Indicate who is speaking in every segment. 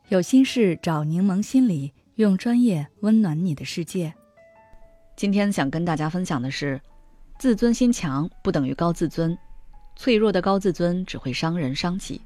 Speaker 1: 有心事找柠檬心理，用专业温暖你的世界。
Speaker 2: 今天想跟大家分享的是，自尊心强不等于高自尊，脆弱的高自尊只会伤人伤己。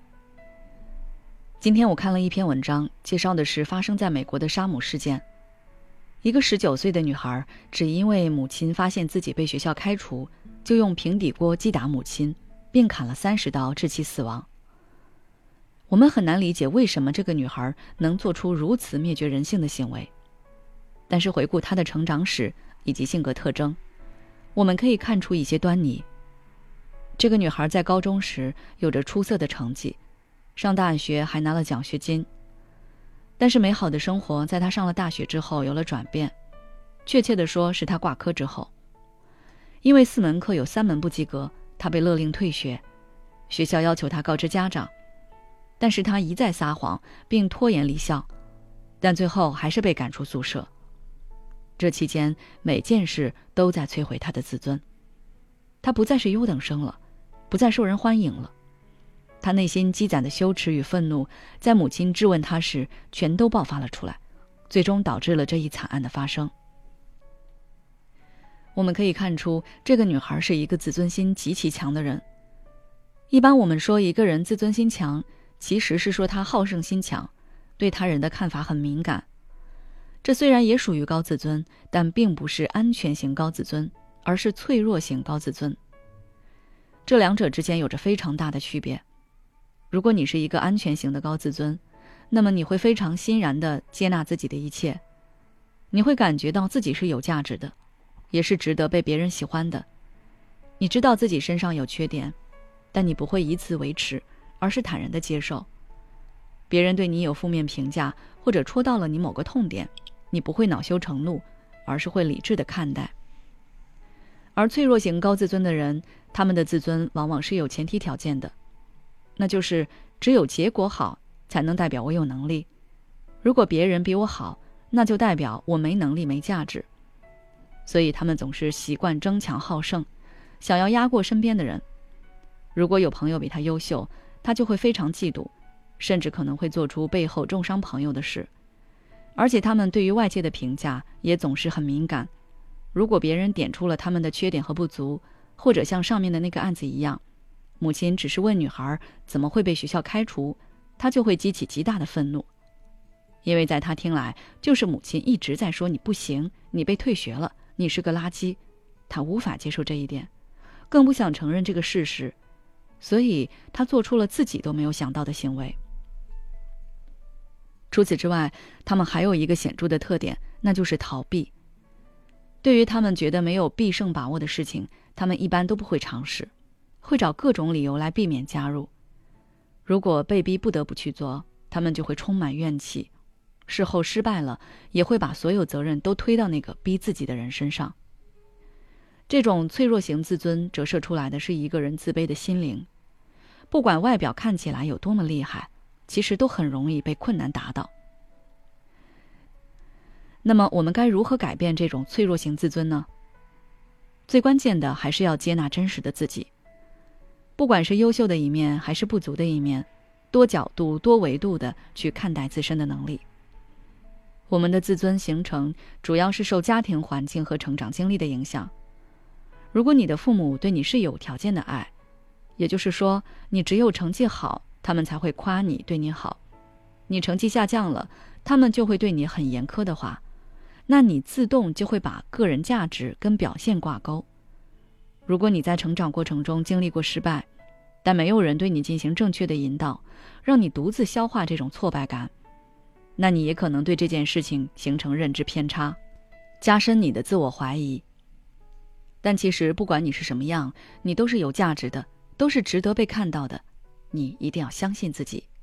Speaker 2: 今天我看了一篇文章，介绍的是发生在美国的杀母事件。一个19岁的女孩，只因为母亲发现自己被学校开除，就用平底锅击打母亲，并砍了30刀致其死亡。我们很难理解为什么这个女孩能做出如此灭绝人性的行为，但是回顾她的成长史以及性格特征，我们可以看出一些端倪。这个女孩在高中时有着出色的成绩，上大学还拿了奖学金，但是美好的生活在她上了大学之后有了转变，确切地说是她挂科之后。因为4门课有3门不及格，她被勒令退学，学校要求她告知家长，但是她一再撒谎并拖延离校，但最后还是被赶出宿舍。这期间每件事都在摧毁她的自尊，她不再是优等生了，不再受人欢迎了。她内心积攒的羞耻与愤怒，在母亲质问她时全都爆发了出来，最终导致了这一惨案的发生。我们可以看出，这个女孩是一个自尊心极其强的人。一般我们说一个人自尊心强，其实是说他好胜心强，对他人的看法很敏感。这虽然也属于高自尊，但并不是安全型高自尊，而是脆弱型高自尊。这两者之间有着非常大的区别。如果你是一个安全型的高自尊，那么你会非常欣然地接纳自己的一切，你会感觉到自己是有价值的，也是值得被别人喜欢的。你知道自己身上有缺点，但你不会以此为耻，而是坦然地接受。别人对你有负面评价，或者戳到了你某个痛点，你不会恼羞成怒，而是会理智地看待。而脆弱型高自尊的人，他们的自尊往往是有前提条件的，那就是只有结果好才能代表我有能力，如果别人比我好，那就代表我没能力没价值。所以他们总是习惯争强好胜，想要压过身边的人。如果有朋友比他优秀，他就会非常嫉妒，甚至可能会做出背后重伤朋友的事。而且他们对于外界的评价也总是很敏感，如果别人点出了他们的缺点和不足，或者像上面的那个案子一样，母亲只是问女孩怎么会被学校开除，她就会激起极大的愤怒。因为在她听来，就是母亲一直在说你不行，你被退学了，你是个垃圾。她无法接受这一点，更不想承认这个事实，所以她做出了自己都没有想到的行为。除此之外，他们还有一个显著的特点，那就是逃避。对于他们觉得没有必胜把握的事情，他们一般都不会尝试，会找各种理由来避免加入。如果被逼不得不去做，他们就会充满怨气，事后失败了，也会把所有责任都推到那个逼自己的人身上。这种脆弱型自尊折射出来的是一个人自卑的心灵，不管外表看起来有多么厉害，其实都很容易被困难打倒。那么我们该如何改变这种脆弱型自尊呢？最关键的还是要接纳真实的自己，不管是优秀的一面还是不足的一面，多角度多维度的去看待自身的能力。我们的自尊形成主要是受家庭环境和成长经历的影响。如果你的父母对你是有条件的爱，也就是说你只有成绩好，他们才会夸你对你好，你成绩下降了，他们就会对你很严苛的话，那你自动就会把个人价值跟表现挂钩。如果你在成长过程中经历过失败，但没有人对你进行正确的引导，让你独自消化这种挫败感，那你也可能对这件事情形成认知偏差，加深你的自我怀疑。但其实不管你是什么样，你都是有价值的，都是值得被看到的，你一定要相信自己。